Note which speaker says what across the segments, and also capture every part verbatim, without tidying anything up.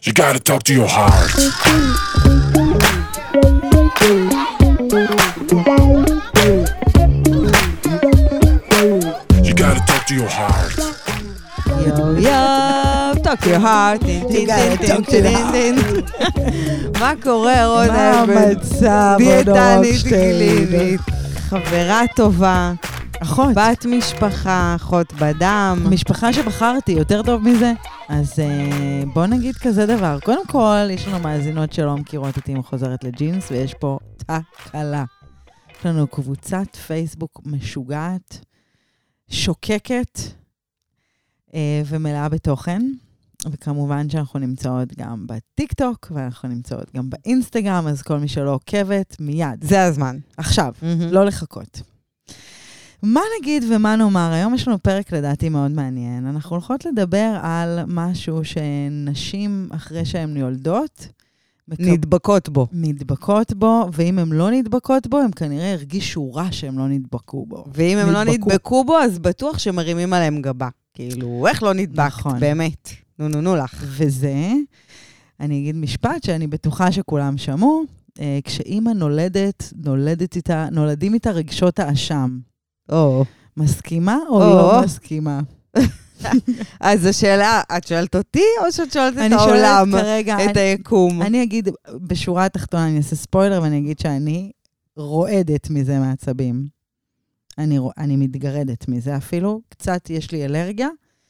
Speaker 1: You gotta talk to your heart. You gotta talk to your heart.
Speaker 2: Yo, yo, talk to your heart.
Speaker 3: You gotta talk to your heart.
Speaker 2: מה קורה, רונה?
Speaker 3: מה המצב,
Speaker 2: דיאטנית קלינית, חברה טובה,
Speaker 3: אחות.
Speaker 2: בת משפחה, אחות בדם.
Speaker 3: משפחה שבחרתי, יותר טוב מזה. אז uh, בוא נגיד כזה דבר. קודם כל, יש לנו מאזינות שלא מכירות אותי מחוזרת לג'ינס, ויש פה תקלה. יש לנו קבוצת פייסבוק משוגעת, שוקקת uh, ומלאה בתוכן. וכמובן שאנחנו נמצאות גם בטיק טוק, ואנחנו נמצאות גם באינסטגרם, אז כל מי שלא עוקבת, מיד.
Speaker 2: זה הזמן.
Speaker 3: עכשיו,
Speaker 2: Mm-hmm.
Speaker 3: לא לחכות. מה נגיד ומה נאמר? היום יש לנו פרק לדעתי מאוד מעניין. אנחנו הולכות לדבר על משהו שנשים אחרי שהן יולדות, מקב...
Speaker 2: נדבקות בו.
Speaker 3: נדבקות בו, ואם הן לא נדבקות בו, הם כנראה הרגישו רע שהם לא נדבקו בו.
Speaker 2: ואם הם
Speaker 3: נדבקו.
Speaker 2: לא נדבקו בו, אז בטוח שמרימים עליהם גבה. כאילו, איך לא נדבקת?
Speaker 3: נכון.
Speaker 2: באמת. נו, נו, נו לך.
Speaker 3: וזה, אני אגיד משפט שאני בטוחה שכולם שמעו, אה, כשאימא נולדת, נולדת איתה, נולדים איתה רגשות האשם.
Speaker 2: או.
Speaker 3: מסכימה או
Speaker 2: או.
Speaker 3: לא מסכימה?
Speaker 2: אז השאלה, את שואלת אותי, או שאת שואלת את
Speaker 3: אני
Speaker 2: העולם,
Speaker 3: שואלת כרגע,
Speaker 2: את
Speaker 3: אני-
Speaker 2: היקום?
Speaker 3: אני אגיד, בשורה התחתונה, אני אעשה ספוילר, ואני אגיד שאני רועדת מזה מעצבים. אני, רוא- אני מתגרדת מזה אפילו. קצת יש לי אלרגיה,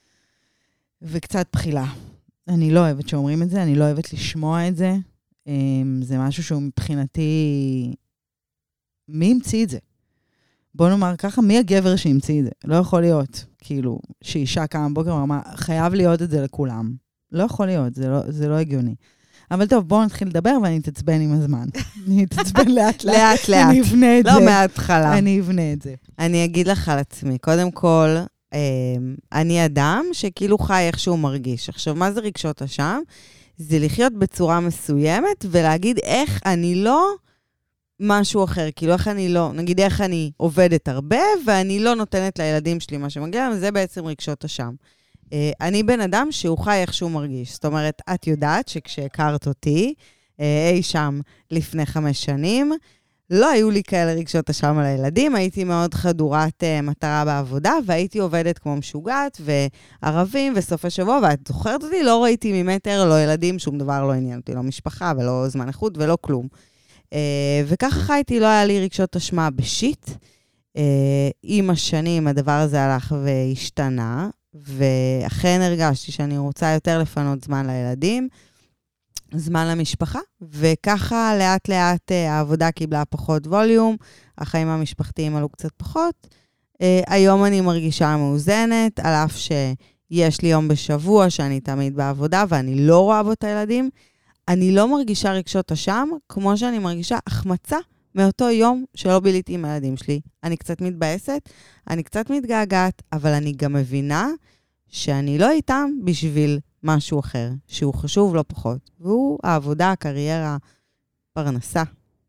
Speaker 3: וקצת בחילה. אני לא אוהבת שאומרים את זה, אני לא אוהבת לשמוע את זה. אמ, זה משהו שהוא מבחינתי... מי המציא את זה? בוא נאמר ככה, מי הגבר שהמציא את זה? לא יכול להיות. כאילו, שאישה קמה בבוקר ואמרה, חייב להיות את זה לכולם. לא יכול להיות, זה לא, זה לא הגיוני. אבל טוב, בואו נתחיל לדבר ואני אתעצבן עם הזמן. אני אתעצבן לאט לאט.
Speaker 2: לאט לאט.
Speaker 3: אני אבנה את
Speaker 2: לא
Speaker 3: זה.
Speaker 2: מההתחלה.
Speaker 3: אני אבנה את זה.
Speaker 2: אני אגיד לך על עצמי. קודם כל, אה, אני אדם שכאילו חי איך שהוא מרגיש. עכשיו, מה זה רגשות אשם? זה לחיות בצורה מסוימת ולהגיד איך אני לא משהו אחר. כאילו איך אני לא, נגיד איך אני עובדת הרבה ואני לא נותנת לילדים שלי מה שמגיע להם, זה בעצם רגשות אשם. אה, אני בן אדם שהוא חי איך שהוא מרגיש. זאת אומרת, את יודעת שכשהכרת אותי, אה, אי שם לפני חמש שנים, לא היו לי כאלה רגשות אשם על הילדים, הייתי מאוד חדורת uh, מטרה בעבודה, והייתי עובדת כמו משוגעת, וערבים וסופי שבוע, ואת זוכרת אותי, לא ראיתי ממטר, לא ילדים, שום דבר לא עניין אותי, לא משפחה ולא זמן איכות ולא כלום. Uh, וככה חייתי, לא היה לי רגשות אשמה בשיט. Uh, עם השנים הדבר הזה הלך והשתנה, ואכן הרגשתי שאני רוצה יותר לפנות זמן לילדים, זמן למשפחה, וככה לאט לאט העבודה קיבלה פחות ווליום, החיים המשפחתיים עלו קצת פחות. היום אני מרגישה מאוזנת, על אף שיש לי יום בשבוע שאני תמיד בעבודה, ואני לא רואה בו את הילדים, אני לא מרגישה רגשות אשם, כמו שאני מרגישה החמצה מאותו יום שלא ביליתי עם הילדים שלי. אני קצת מתבאסת, אני קצת מתגעגעת, אבל אני גם מבינה שאני לא איתם בשביל משהו אחר, שהוא חשוב לא פחות. והוא העבודה, הקריירה, פרנסה.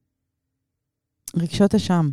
Speaker 3: רגשות אשם.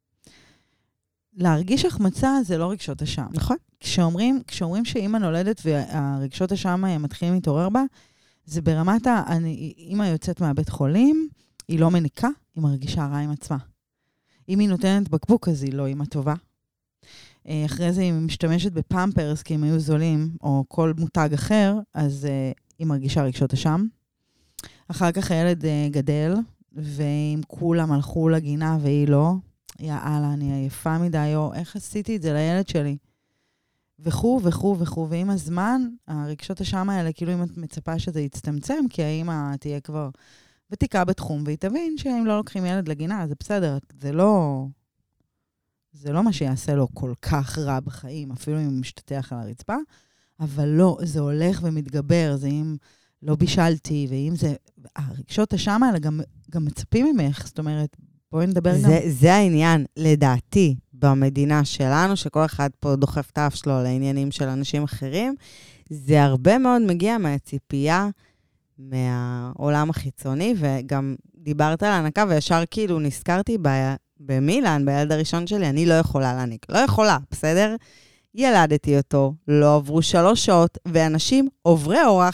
Speaker 3: להרגיש החמצה זה לא רגשות אשם.
Speaker 2: נכון?
Speaker 3: כשאומרים, כשאומרים שאמא נולדת והרגשות אשם מתחילים להתעורר בה, זה ברמת ה... אני, אמא יוצאת מהבית חולים, היא לא מניקה, היא מרגישה רע עם עצמה. אם היא נותנת בקבוק, אז היא לא אמא טובה. אחרי זה היא משתמשת בפמפרס, כי הם היו זולים, או כל מותג אחר, אז uh, היא מרגישה רגשות אשם. אחר כך הילד uh, גדל, ואם כולם הלכו לגינה והיא לא, יאללה, אני עייפה מדי, או איך עשיתי את זה לילד שלי? וכו, וכו, וכו, ועם הזמן, הרגשות אשם האלה, כאילו אם את מצפה שזה יצטמצם, כי האמא תהיה כבר ותיקה בתחום, והיא תבין שאם לא לוקחים ילד לגינה, זה בסדר, זה לא... זה לא מה שיעשה לו כל כך רע בחיים, אפילו אם הוא משתתח על הרצפה, אבל לא, זה הולך ומתגבר, זה אם לא בישלתי, ואם זה... הרגשות השם האלה גם, גם מצפים ממך, זאת אומרת, בואי נדבר
Speaker 2: זה,
Speaker 3: גם...
Speaker 2: זה העניין, לדעתי, במדינה שלנו, שכל אחד פה דוחף את האף שלו לעניינים של אנשים אחרים, זה הרבה מאוד מגיע מהציפייה, מהעולם החיצוני, וגם דיברת על הנקה, וישר כאילו נזכרתי ב... במילן, בילד הראשון שלי, אני לא יכולה להניק. לא יכולה, בסדר? ילדתי אותו, לא עברו שלוש שעות, ואנשים עוברי אורח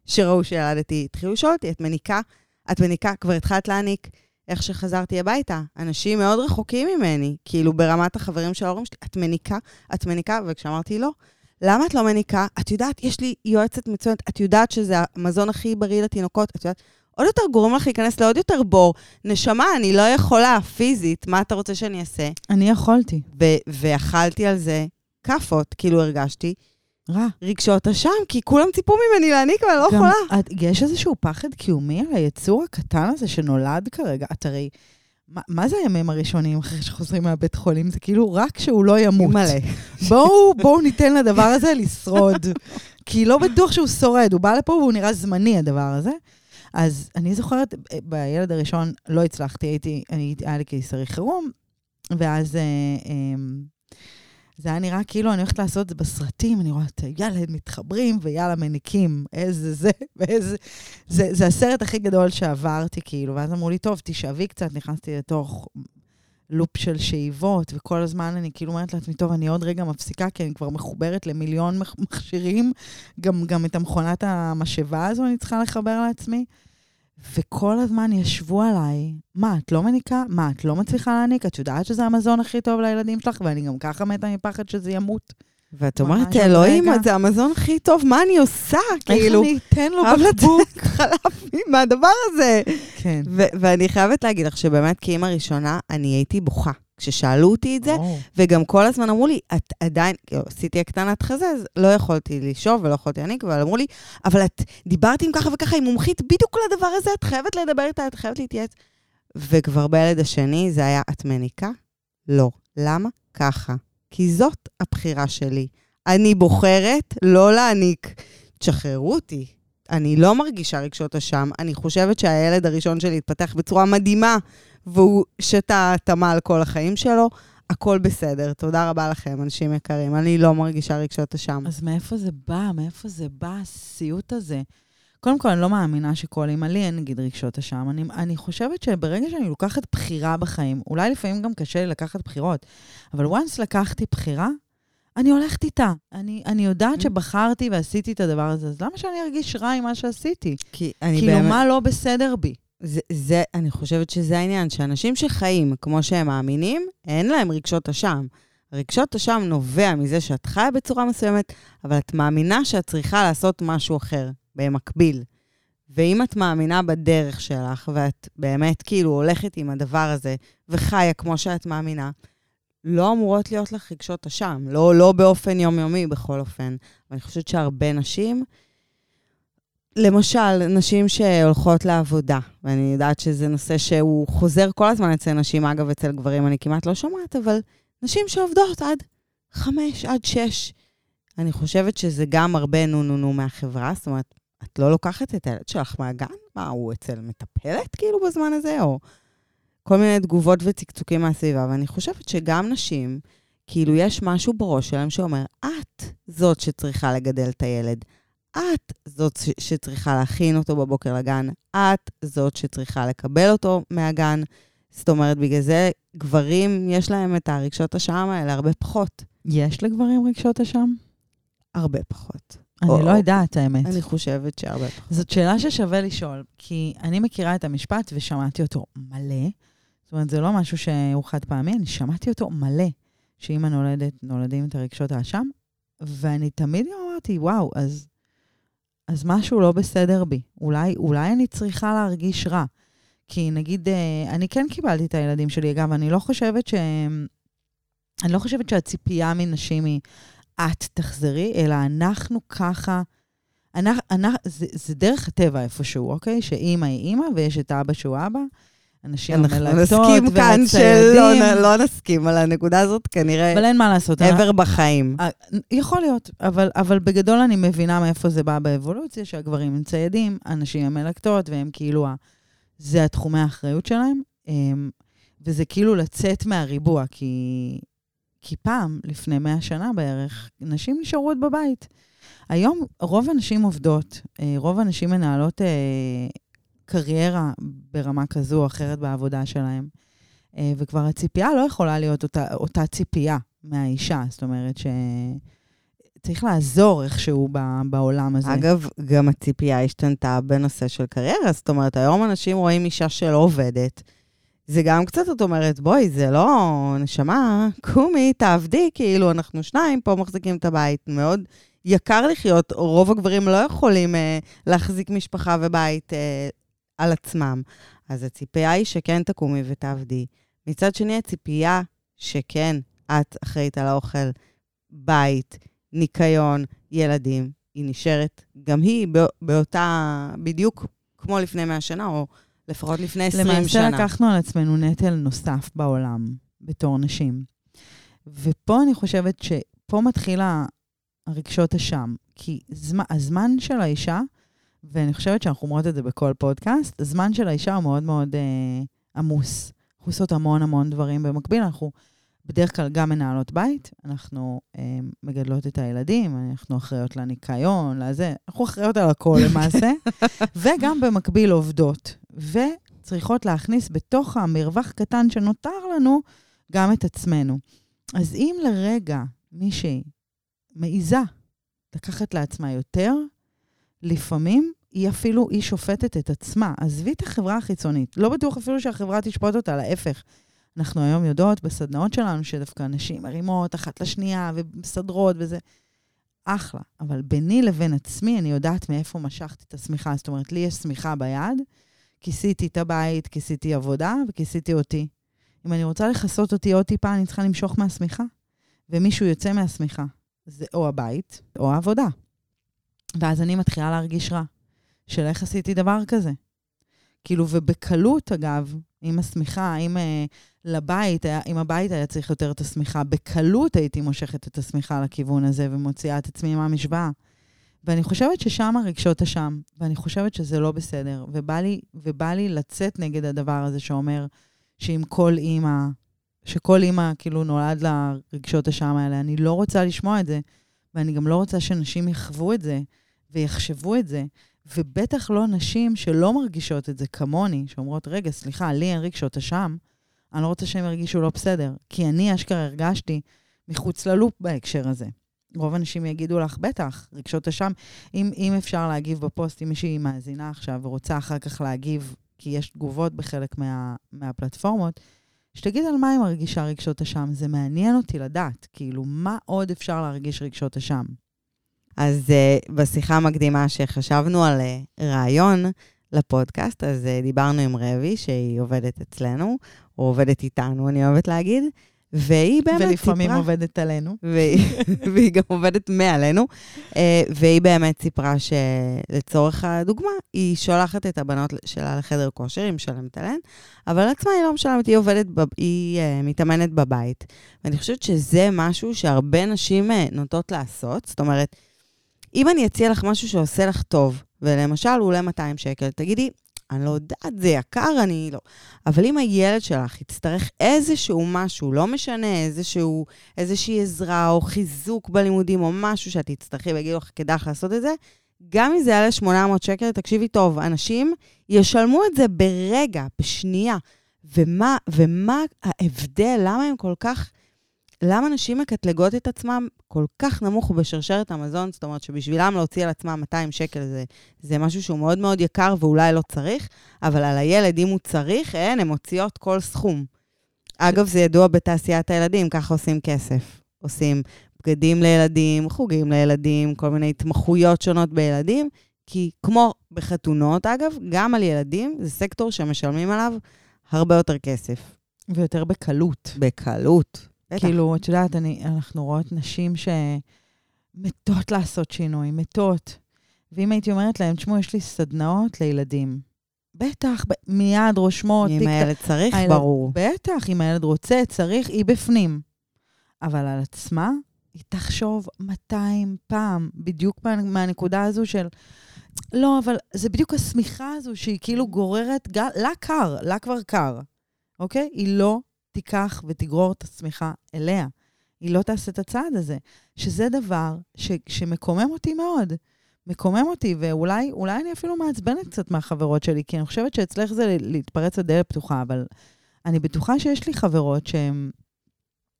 Speaker 2: שראו שילדתי, התחילו לשאול אותי, את מניקה? את מניקה? כבר התחלת להניק? איך שחזרתי הביתה. אנשים מאוד רחוקים ממני, כאילו ברמת החברים של ההורים שלי, את מניקה? את מניקה? וכשאמרתי לא, למה את לא מניקה? את יודעת, יש לי יועצת מצוינת, את יודעת שזה המזון הכי בריא לתינוקות, את יודעת, עוד יותר גורם לך להיכנס לעוד יותר בור. נשמה, אני לא יכולה פיזית, מה אתה רוצה שאני אעשה?
Speaker 3: אני יכולתי.
Speaker 2: ו- ואכלתי על זה כפות, כאילו הרגשתי.
Speaker 3: רע.
Speaker 2: רגשות אשם, כי כולם ציפו ממני להניק, ואני לא יכולה.
Speaker 3: את, יש איזשהו פחד קיומי על היצור הקטן הזה שנולד כרגע. את הרי, מה, מה זה הימים הראשונים אחרי שחוזרים מהבית חולים? זה כאילו רק שהוא לא ימות.
Speaker 2: מלא.
Speaker 3: בואו, בואו ניתן לדבר הזה לשרוד. כי לא בטוח שהוא שורד, הוא בא לפה והוא נראה זמני הדבר הזה. אז אני זוכרת, בילד הראשון לא הצלחתי, הייתי, אני, היה לי קיסרי חירום, ואז אה, אה, זה היה נראה כאילו אני הולכת לעשות את זה בסרטים, אני רואה את הילד מתחברים ויאללה מניקים, איזה זה, ואיזה, זה, זה הסרט הכי גדול שעברתי כאילו, ואז אמרו לי, טוב, תשאבי קצת, נכנסתי לתוך לופ של שאיבות, וכל הזמן אני כאילו אומרת לעצמי, טוב, אני עוד רגע מפסיקה, כי אני כבר מחוברת למיליון מכשירים, גם, גם את המכונת המשאבה הזו אני צריכה לחבר לעצמי, וכל הזמן ישבו עליי, מה, את לא מניקה? מה, את לא מצליחה להניק? את יודעת שזה המזון הכי טוב לילדים שלך, ואני גם ככה מתה מפחד שזה ימות.
Speaker 2: ואת אומרת, אלוהים, זה המזון הכי טוב, מה אני עושה? כאילו,
Speaker 3: איך אני אתן לו בקבוק
Speaker 2: חלב מהדבר הזה?
Speaker 3: כן.
Speaker 2: ואני חייבת להגיד לך שבאמת, כאמא ראשונה, אני הייתי בוכה. כששאלו אותי את זה, וגם כל הזמן אמרו לי, את עדיין, עשיתי הקטנת חזה, אז לא יכולתי לשאוב ולא יכולתי להניק, אבל אמרו לי, אבל את דיברת עם ככה וככה, עם מומחית בדיוק לדבר הזה, את חייבת לדבר איתה, את חייבת להתייעץ. וכבר בילד השני, זה היה, את מניקה? לא. למה? ככה. כי זאת הבחירה שלי. אני בוחרת לא להניק. תשחררו אותי. אני לא מרגישה רגשות אשם. אני חושבת שהילד הראשון שלי התפתח בצורה מדהימה, והוא שתה תמל כל החיים שלו. הכל בסדר. תודה רבה לכם, אנשים יקרים. אני לא מרגישה רגשות אשם.
Speaker 3: אז מאיפה זה בא? מאיפה זה בא, הסיוט הזה? קודם כל, אני לא מאמינה שכל אימא לי אין נגיד רגשות אשם. אני, אני חושבת שברגע שאני לוקחת בחירה בחיים, אולי לפעמים גם קשה לי לקחת בחירות, אבל once לקחתי בחירה, אני הולכת איתה. אני, אני יודעת שבחרתי ועשיתי את הדבר הזה, אז למה שאני ארגיש רע עם מה שעשיתי?
Speaker 2: כי אני
Speaker 3: כאילו,
Speaker 2: באמת...
Speaker 3: מה לא בסדר בי?
Speaker 2: זה, זה, אני חושבת שזה העניין, שאנשים שחיים כמו שהם מאמינים, אין להם רגשות אשם. רגשות אשם נובע מזה שאת חיה בצורה מסוימת, אבל את מאמינה שאת צריכה לעשות משהו אחר, במקביל. ואם את מאמינה בדרך שלך, ואת באמת כאילו הולכת עם הדבר הזה, וחיה כמו שאת מאמינה, לא אמורות להיות לך רגשות אשם, לא, לא באופן יומיומי בכל אופן. ואני חושבת שהרבה נשים, למשל, נשים שהולכות לעבודה, ואני יודעת שזה נושא שהוא חוזר כל הזמן אצל נשים, אגב, אצל גברים אני כמעט לא שומעת, אבל נשים שעובדות עד חמש, עד שש. אני חושבת שזה גם הרבה נו-נו-נו מהחברה, זאת אומרת, את לא לוקחת את הילד שלך מהגן? מה, הוא אצל מטפלת כאילו בזמן הזה? או כל מיני תגובות וצקצוקים מהסביבה, ואני חושבת שגם נשים, כאילו יש משהו בראש שלהם שאומר, את זאת שצריכה לגדל את הילד, את זאת שצריכה להכין אותו בבוקר לגן, את זאת שצריכה לקבל אותו מהגן. זאת אומרת, בגלל זה גברים יש להם את הרגשות אשם האלה הרבה פחות.
Speaker 3: יש לגברים רגשות אשם?
Speaker 2: הרבה פחות.
Speaker 3: אני
Speaker 2: או,
Speaker 3: לא יודעת, האמת.
Speaker 2: אני חושבת שהרבה פחות.
Speaker 3: זאת שאלה ששווה לשאול, כי אני מכירה את המשפט ושמעתי אותו מלא. זאת אומרת, זה לא משהו שהוא חד פעמי, אני שמעתי אותו מלא, שאמא נולדת, נולדים את הרגשות האשם, ואני תמיד אמרתי, וואו, אז, אז משהו לא בסדר בי. אולי, אולי אני צריכה להרגיש רע. כי נגיד, אני כן קיבלתי את הילדים שלי, אגב, אני לא חושבת ש... אני לא חושבת שהציפייה מנשים היא, את תחזרי, אלא אנחנו ככה, אנחנו, אנחנו, זה, זה דרך הטבע איפשהו, אוקיי? שאמא היא אמא, ויש את אבא שהוא אבא, אנשים המלטות
Speaker 2: והציידים. אנחנו נסכים כאן שלא לא נסכים על הנקודה הזאת, כנראה...
Speaker 3: אבל אין מה לעשות.
Speaker 2: עבר בחיים.
Speaker 3: יכול להיות, אבל, אבל בגדול אני מבינה מאיפה זה בא באבולוציה, שהגברים הם ציידים, אנשים הם מלטות, והם כאילו, זה התחומי האחריות שלהם, וזה כאילו לצאת מהריבוע, כי... כי פעם, לפני מאה שנה בערך, נשים נשארו עוד בבית. היום רוב הנשים עובדות, רוב הנשים מנהלות קריירה ברמה כזו או אחרת בעבודה שלהם, וכבר הציפייה לא יכולה להיות אותה, אותה ציפייה מהאישה. זאת אומרת צריך לעזור איכשהו בעולם הזה.
Speaker 2: אגב, גם הציפייה השתנתה בנושא של קריירה, זאת אומרת, היום אנשים רואים אישה שלא עובדת, זה גם קצת, זאת אומרת, בואי, זה לא נשמה, קומי, תעבדי, כאילו, אנחנו שניים פה מחזיקים את הבית, מאוד יקר לחיות, רוב הגברים לא יכולים אה, להחזיק משפחה ובית אה, על עצמם. אז הציפייה היא שכן תקומי ותעבדי. מצד שני, הציפייה שכן, את אחראית על האוכל, בית, ניקיון, ילדים, היא נשארת, גם היא באותה, בדיוק כמו לפני מאה שנה, או לפחות לפני עשרים שנה.
Speaker 3: למעשה לקחנו על עצמנו נטל נוסף בעולם, בתור נשים. ופה אני חושבת שפה מתחילה הרגשות אשם, כי זמן, הזמן של האישה, ואני חושבת שאנחנו אומרות את זה בכל פודקאסט, הזמן של האישה הוא מאוד מאוד אה, עמוס. אנחנו עושות המון המון דברים במקביל, אנחנו בדרך כלל גם מנהלות בית, אנחנו אה, מגדלות את הילדים, אנחנו אחראיות לניקיון, לזה, אנחנו אחראיות על הכל למעשה, וגם במקביל עובדות, וצריכות להכניס בתוך המרווח קטן שנותר לנו, גם את עצמנו. אז אם לרגע מישהי מעיזה לקחת לעצמה יותר, לפעמים היא אפילו, היא שופטת את עצמה. עזבי את החברה החיצונית. לא בטוח אפילו שהחברה תשפוט אותה, להפך. אנחנו היום יודעות בסדנאות שלנו שדווקא נשים מרימות אחת לשנייה ומסדרות וזה. אחלה. אבל ביני לבין עצמי אני יודעת מאיפה משכתי את השמיכה. זאת אומרת, לי יש שמיכה ביד, כיסיתי את הבית, כיסיתי עבודה וכיסיתי אותי. אם אני רוצה לחסות אותי עוד טיפה, אני צריכה למשוך מהשמיכה. ומישהו יוצא מהשמיכה. זה או הבית או העבודה. ואז אני מתחילה להרגיש רע. של איך עשיתי דבר כזה. כאילו, ובקלות, אגב, עם השמיכה, עם uh, לבית, עם הבית היה צריך יותר את השמיכה, בקלות הייתי מושכת את השמיכה לכיוון הזה, ומוציאה את עצמי מהמשוואה. ואני חושבת ששם הרגשות השם, ואני חושבת שזה לא בסדר, ובא לי, ובא לי לצאת נגד הדבר הזה שאומר, שעם כל אימא, שכל אימא כאילו נולד לרגשות השם האלה, אני לא רוצה לשמוע את זה, ואני גם לא רוצה שנשים יחוו את זה, ויחשבו את זה, ובטח לא נשים שלא מרגישות את זה כמוני, שאומרות, רגע, סליחה, לי אין רגשות אשם, אני לא רוצה שהם ירגישו לא בסדר, כי אני אשכרה הרגשתי מחוץ ללופ בהקשר הזה. רוב אנשים יגידו לך, בטח, רגשות אשם, אם, אם אפשר להגיב בפוסט, אם מישהי מאזינה עכשיו ורוצה אחר כך להגיב, כי יש תגובות בחלק מה, מהפלטפורמות, שתגיד על מה היא מרגישה רגשות אשם, זה מעניין אותי לדעת, כאילו, מה עוד אפשר להרגיש רגשות אשם?
Speaker 2: אז uh, בשיחה המקדימה שחשבנו על uh, רעיון לפודקאסט, אז uh, דיברנו עם רבי, שהיא עובדת אצלנו, או עובדת איתנו, אני אוהבת להגיד, והיא באמת סיפרה...
Speaker 3: ולפעמים עובדת עלינו.
Speaker 2: והיא, והיא גם עובדת מעלינו, uh, והיא באמת סיפרה שלצורך הדוגמה, היא שולחת את הבנות שלה לחדר כושר, היא משלמת עליהן, אבל עצמה היא לא משלמת, היא עובדת, בב... היא uh, מתאמנת בבית. ואני חושבת שזה משהו שהרבה נשים uh, נוטות לעשות, זאת אומרת, אם אני אציע לך משהו שעושה לך טוב, ולמשל הוא עולה מאתיים שקל, תגידי, אני לא יודעת, זה יקר, אני לא. אבל אם הילד שלך יצטרך איזשהו משהו, לא משנה, איזשהו, איזושהי עזרה או חיזוק בלימודים או משהו שאת תצטרכי ויגידו לך, כדאי לך לעשות את זה, גם אם זה יעלה שמונה מאות שקל, תקשיבי טוב, אנשים ישלמו את זה ברגע, בשנייה. ומה, ומה ההבדל, למה הם כל כך... למה נשים מקטלגות את עצמם כל כך נמוך בשרשרת המזון? זאת אומרת שבשבילם להוציא על עצמם מאתיים שקל זה, זה משהו שהוא מאוד מאוד יקר ואולי לא צריך, אבל על הילד, אם הוא צריך, אין, הן מוציאות כל סכום. אגב, זה ידוע בתעשיית הילדים, ככה עושים כסף. עושים בגדים לילדים, חוגים לילדים, כל מיני התמחויות שונות בילדים, כי כמו בחתונות, אגב, גם על ילדים, זה סקטור שמשלמים עליו הרבה יותר כסף.
Speaker 3: ויותר בקלות.
Speaker 2: בקלות.
Speaker 3: כאילו, את יודעת, אני, אנחנו רואות נשים שמתות לעשות שינוי, מתות. ואם הייתי אומרת להם, תשמעו, יש לי סדנאות לילדים. בטח, ב- מיד רושמות.
Speaker 2: אם הילד צריך,
Speaker 3: הילד,
Speaker 2: ברור.
Speaker 3: בטח, אם הילד רוצה, צריך, היא בפנים. אבל על עצמה, היא תחשוב מאתיים פעם, בדיוק מה, מהנקודה הזו של, לא, אבל זה בדיוק השמיכה הזו, שהיא כאילו גוררת, לה קר, לה כבר קר. אוקיי? היא לא תיקח ותגרור את עצמך אליה. היא לא תעשה את הצעד הזה. שזה דבר ש, שמקומם אותי מאוד. מקומם אותי, ואולי אולי אני אפילו מעצבנת קצת מהחברות שלי, כי אני חושבת שאצלך זה להתפרץ לדלת פתוחה, אבל אני בטוחה שיש לי חברות שהן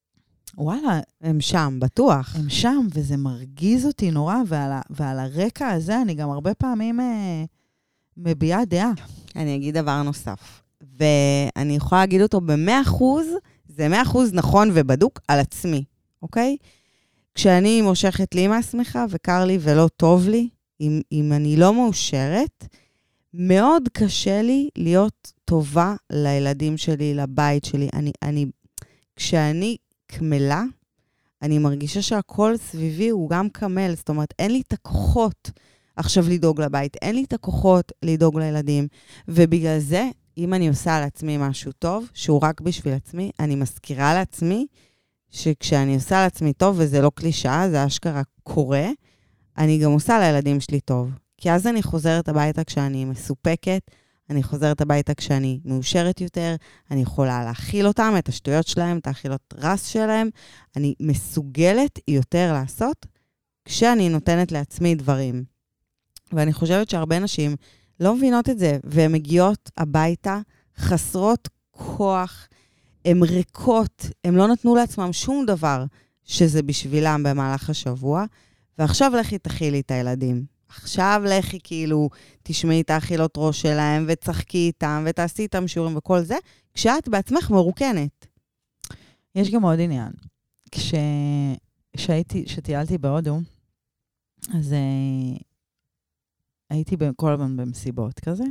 Speaker 3: וואלה,
Speaker 2: הם שם, בטוח.
Speaker 3: הם שם, וזה מרגיז אותי נורא, ועל, ה, ועל הרקע הזה אני גם הרבה פעמים אה, מביעה דעה.
Speaker 2: אני אגיד דבר נוסף, ואני יכולה להגיד אותו ב-מאה אחוז, זה מאה אחוז נכון ובדוק על עצמי, אוקיי? כשאני מושכת לי מהשמחה וקר לי ולא טוב לי, אם, אם אני לא מאושרת, מאוד קשה לי להיות טובה לילדים שלי, לבית שלי. אני, אני, כשאני כמלה, אני מרגישה שהכל סביבי הוא גם כמל, זאת אומרת, אין לי את הכוחות עכשיו לדאוג לבית, אין לי את הכוחות לדאוג לילדים, ובגלל זה, אם אני עושה לעצמי משהו טוב, שהוא רק בשביל עצמי, אני מזכירה לעצמי, שכשאני עושה לעצמי טוב, וזה לא קלישאה, זה אשכרה קורה, אני גם עושה לילדים שלי טוב. כי אז אני חוזרת הביתה כשאני מסופקת, אני חוזרת הביתה כשאני מאושרת יותר, אני יכולה להכיל אותם, את השטויות שלהם, את האכילות רס שלהם, אני מסוגלת יותר לעשות כשאני נותנת לעצמי דברים. ואני חושבת שהרבה נשים לא מבינות את זה, והן מגיעות הביתה חסרות כוח, הן ריקות, הן לא נתנו לעצמם שום דבר שזה בשבילם במהלך השבוע, ועכשיו לכי תכילי את הילדים. עכשיו לכי כאילו תשמעי את האכילות ראש שלהם, וצחקי איתם, ותעשי איתם שיעורים וכל זה, כשאת בעצמך מרוקנת.
Speaker 3: יש גם עוד עניין. כש... כשהייתי, כשטיילתי בהודו, אז uh, הייתי כל הזמן במסיבות כזה,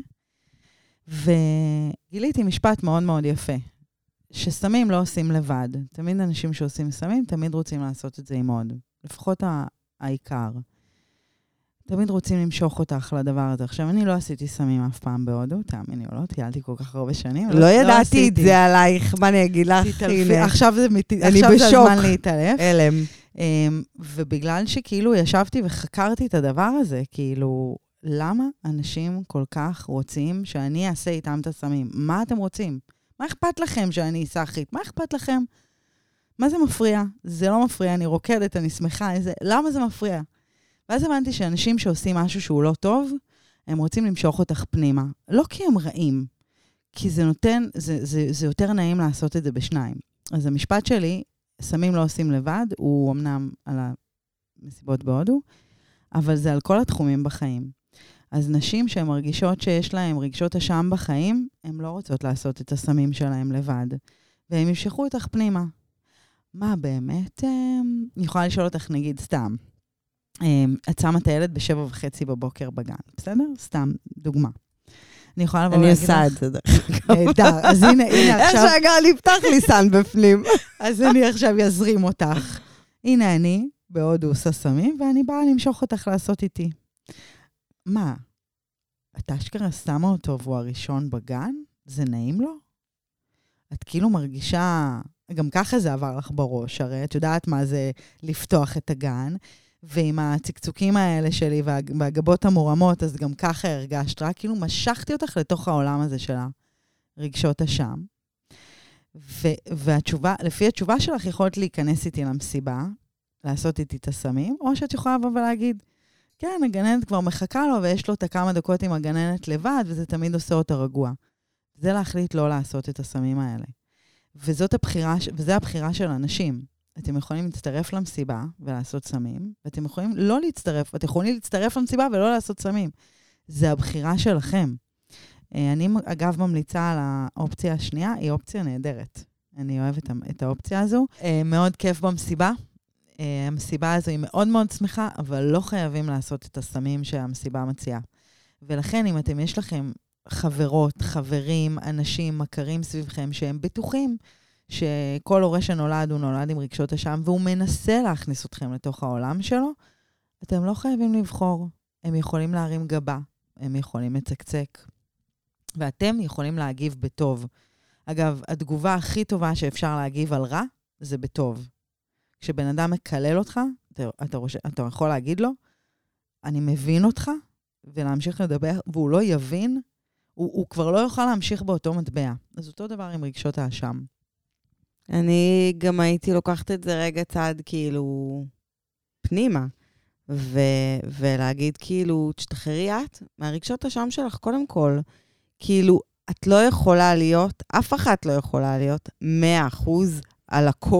Speaker 3: וגיליתי משפט מאוד מאוד יפה, שסמים לא עושים לבד. תמיד אנשים שעושים סמים, תמיד רוצים לעשות את זה עם עוד. לפחות העיקר. תמיד רוצים למשוך אותך לדבר הזה. עכשיו, אני לא עשיתי סמים אף פעם בהודו, תאמיני או לא, טיילתי כל כך הרבה שנים.
Speaker 2: לא ידעתי את זה עלייך, מה אני אגיד לך?
Speaker 3: עכשיו זה הזמן להתעלף.
Speaker 2: אלם.
Speaker 3: ובגלל שכאילו ישבתי וחקרתי את הדבר הזה, כאילו, למה אנשים כל כך רוצים שאני אעשה איתם את הסמים? מה אתם רוצים? מה אכפת לכם שאני אעשה אחית? מה אכפת לכם? מה זה מפריע? זה לא מפריע, אני רוקדת, אני שמחה, איזה... למה זה מפריע? ואז הבנתי שאנשים שעושים משהו שהוא לא טוב, הם רוצים למשוך אותך פנימה. לא כי הם רעים, כי זה נותן, זה, זה, זה יותר נעים לעשות את זה בשניים. אז המשפט שלי, סמים לא עושים לבד, הוא אמנם על המסיבות בהודו, אבל זה על כל התחומים בחיים. אז נשים שהן מרגישות שיש להן רגשות אשם בחיים, הן לא רוצות לעשות את הסמים שלהן לבד, והם ימשכו אותך פנימה. מה באמת? אני יכולה לשאול אותך, נגיד, סתם. את שמה את הילד בשבע וחצי בבוקר בגן, בסדר? סתם, דוגמה. אני יכולה לבוא
Speaker 2: להגיד
Speaker 3: לך...
Speaker 2: אני עושה את זה.
Speaker 3: נהדר, אז הנה, הנה עכשיו...
Speaker 2: איך שהגל יפתח לי סן בפנים.
Speaker 3: אז אני עכשיו יזרים אותך. הנה אני, בהודו עושה סמים, ואני באה למשוך אותך לעשות איתי. מה? את אשכרה שמה אותו והוא הראשון בגן? זה נעים לו? את כאילו מרגישה... גם ככה זה עבר לך בראש, הרי את יודעת מה זה לפתוח את הגן, ועם הצקצוקים האלה שלי והגבות המורמות, אז גם ככה הרגשת, רק כאילו משכתי אותך לתוך העולם הזה של הרגשות אשם. והתשובה, לפי התשובה שלך יכולת להיכנס איתי למסיבה, לעשות איתי את הסמים, או שאת יכולה לבוא ולהגיד, כן, הגננת כבר מחכה לו, ויש לו את הכמה דקות עם הגננת לבד, וזה תמיד עושה אותה רגוע. זה להחליט לא לעשות את הסמים האלה. וזאת הבחירה, וזה הבחירה של אנשים. אתם יכולים להצטרף למסיבה ולעשות סמים, ואתם יכולים לא להצטרף, אתם יכולים להצטרף למסיבה ולא לעשות סמים. זה הבחירה שלכם. אני, אגב, ממליצה על האופציה השנייה, היא אופציה נהדרת. אני אוהבת את האופציה הזו. מאוד כיף במסיבה. המסיבה הזו היא מאוד מאוד שמחה, אבל לא חייבים לעשות את הסמים שהמסיבה מציעה. ולכן, אם אתם יש לכם חברות, חברים, אנשים, מכרים סביבכם, שהם בטוחים שכל הורה שנולד הוא נולד עם רגשות אשם, והוא מנסה להכניס אתכם לתוך העולם שלו, אתם לא חייבים לבחור. הם יכולים להרים גבה, הם יכולים לצקצק, ואתם יכולים להגיב בטוב. אגב, התגובה הכי טובה שאפשר להגיב על רע, זה בטוב. כשבן אדם מקלל אותך, אתה, אתה, אתה יכול להגיד לו, אני מבין אותך, ולהמשיך לדבר, והוא לא יבין, הוא, הוא כבר לא יוכל להמשיך באותו מטבע. אז אותו דבר עם רגשות האשם.
Speaker 2: אני גם הייתי לוקחת את זה רגע צעד כאילו פנימה, ו- ולהגיד כאילו, תשתחררי את מהרגשות האשם שלך קודם כל. כאילו, את לא יכולה להיות, אף אחת לא יכולה להיות מאה אחוז על הכל.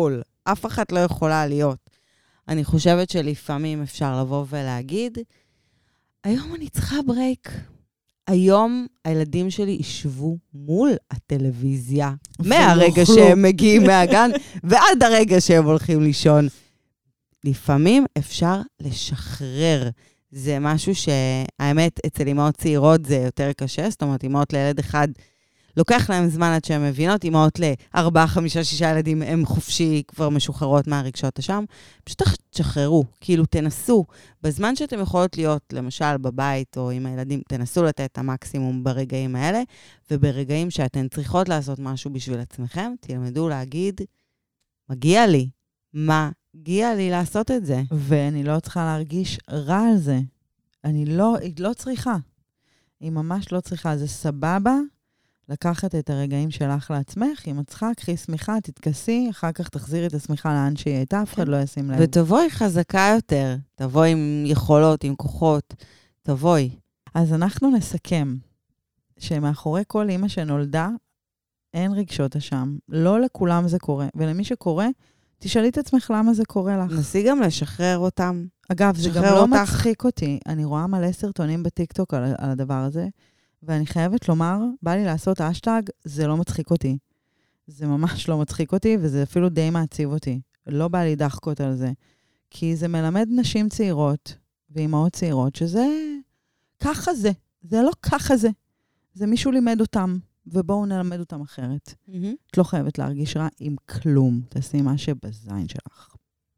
Speaker 2: אף אחת לא יכולה להיות. אני חושבת שלפעמים אפשר לבוא ולהגיד, היום אני צריכה ברייק. היום הילדים שלי ישבו מול הטלוויזיה, מהרגע שהם מגיעים מהגן, ועד הרגע שהם הולכים לישון. לפעמים אפשר לשחרר. זה משהו שהאמת, אצל אמהות צעירות זה יותר קשה, זאת אומרת, אמהות לילד אחד, לוקח להם זמן עד שהן מבינות, אמהות לארבעה, חמישה, שישה ילדים, הם חופשי, כבר משוחררות מהרגשות השם, פשוט תשחררו, כאילו תנסו, בזמן שאתם יכולות להיות, למשל בבית או עם הילדים, תנסו לתת את המקסימום ברגעים האלה, וברגעים שאתן צריכות לעשות משהו בשביל עצמכם, תלמדו להגיד, מגיע לי, מה מגיע לי לעשות את זה.
Speaker 3: ואני לא צריכה להרגיש רע על זה. אני לא, היא לא צריכה. היא ממש לא צריכה. זה סבבה לקחת את הרגעים שלך לעצמך. אם את צריכה, קחי סמיכה, תתכסי, אחר כך תחזירי את הסמיכה לאן שהיא הייתה, אף אחד לא ישים לב.
Speaker 2: ותבואי חזקה יותר. תבואי עם יכולות, עם כוחות. תבואי.
Speaker 3: אז אנחנו נסכם שמאחורי כל אמא שנולדה, אין רגשות אשם. לא לכולם זה קורה. ולמי שקורה, תשאלי את עצמך למה זה קורה לך.
Speaker 2: נסי גם לשחרר אותם.
Speaker 3: אגב, זה גם לא מצחיק אותי. אני רואה מלא סרטונים בטיקטוק על, על הדבר הזה, ואני חייבת לומר, בא לי לעשות אשטג, זה לא מצחיק אותי. זה ממש לא מצחיק אותי, וזה אפילו די מעציב אותי. לא בא לי דחקות על זה. כי זה מלמד נשים צעירות, ואימהות צעירות, שזה ככה זה. זה לא ככה זה. זה מישהו לימד אותם. ובואו נלמד אותם אחרת. Mm-hmm. את לא חייבת להרגיש רע עם כלום. תעשי מה שבזין שלך.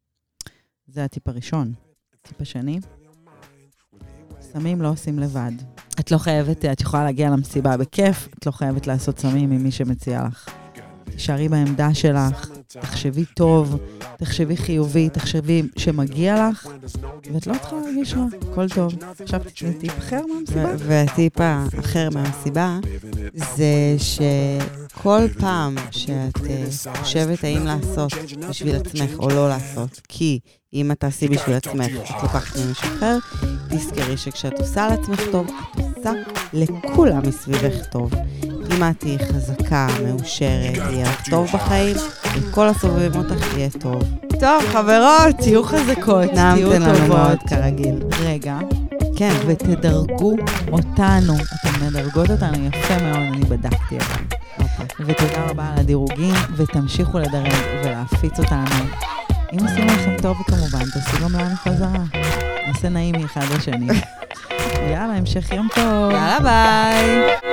Speaker 3: זה הטיפ הראשון. טיפ השני, סמים לא עושים לבד. את לא חייבת, את יכולה להגיע למסיבה בכיף, את לא חייבת לעשות סמים עם מי שמציע לך. תשארי בעמדה שלך, תחשבי טוב, תחשבי חיובי, תחשבי שמגיע לך, ואת לא צריכה להרגיש רע, הכל טוב. עכשיו תתני טיפ אחר מהמסיבה.
Speaker 2: והטיפ האחר מהמסיבה, זה שכל פעם שאת חושבת האם לעשות בשביל עצמך או לא לעשות, כי אם את תעשי בשביל עצמך, את לוקחת ממישהו אחר, תזכרי שכשאת עושה לעצמך טוב, את עושה לכולם מסביבך טוב. אם את תהיי חזקה, מאושרת, תהיה לך טוב בחיים, וכל הסובבים אותך תהיה טוב.
Speaker 3: טוב, חברות, תהיו חזקות, תהיו טובות.
Speaker 2: כרגיל.
Speaker 3: רגע, כן, ותדרגו אותנו. אתם מדרגות אותנו יפה מאוד, אני בדקתי אותם. ותודה רבה על הדירוגים, ותמשיכו לדרג ולהפיץ אותנו. אם עושים לכם טוב, כמובן, תעשו גם לנו חזרה. נעשה נעים מאחד לשני. יאללה, המשך יום טוב.
Speaker 2: יאללה, ביי.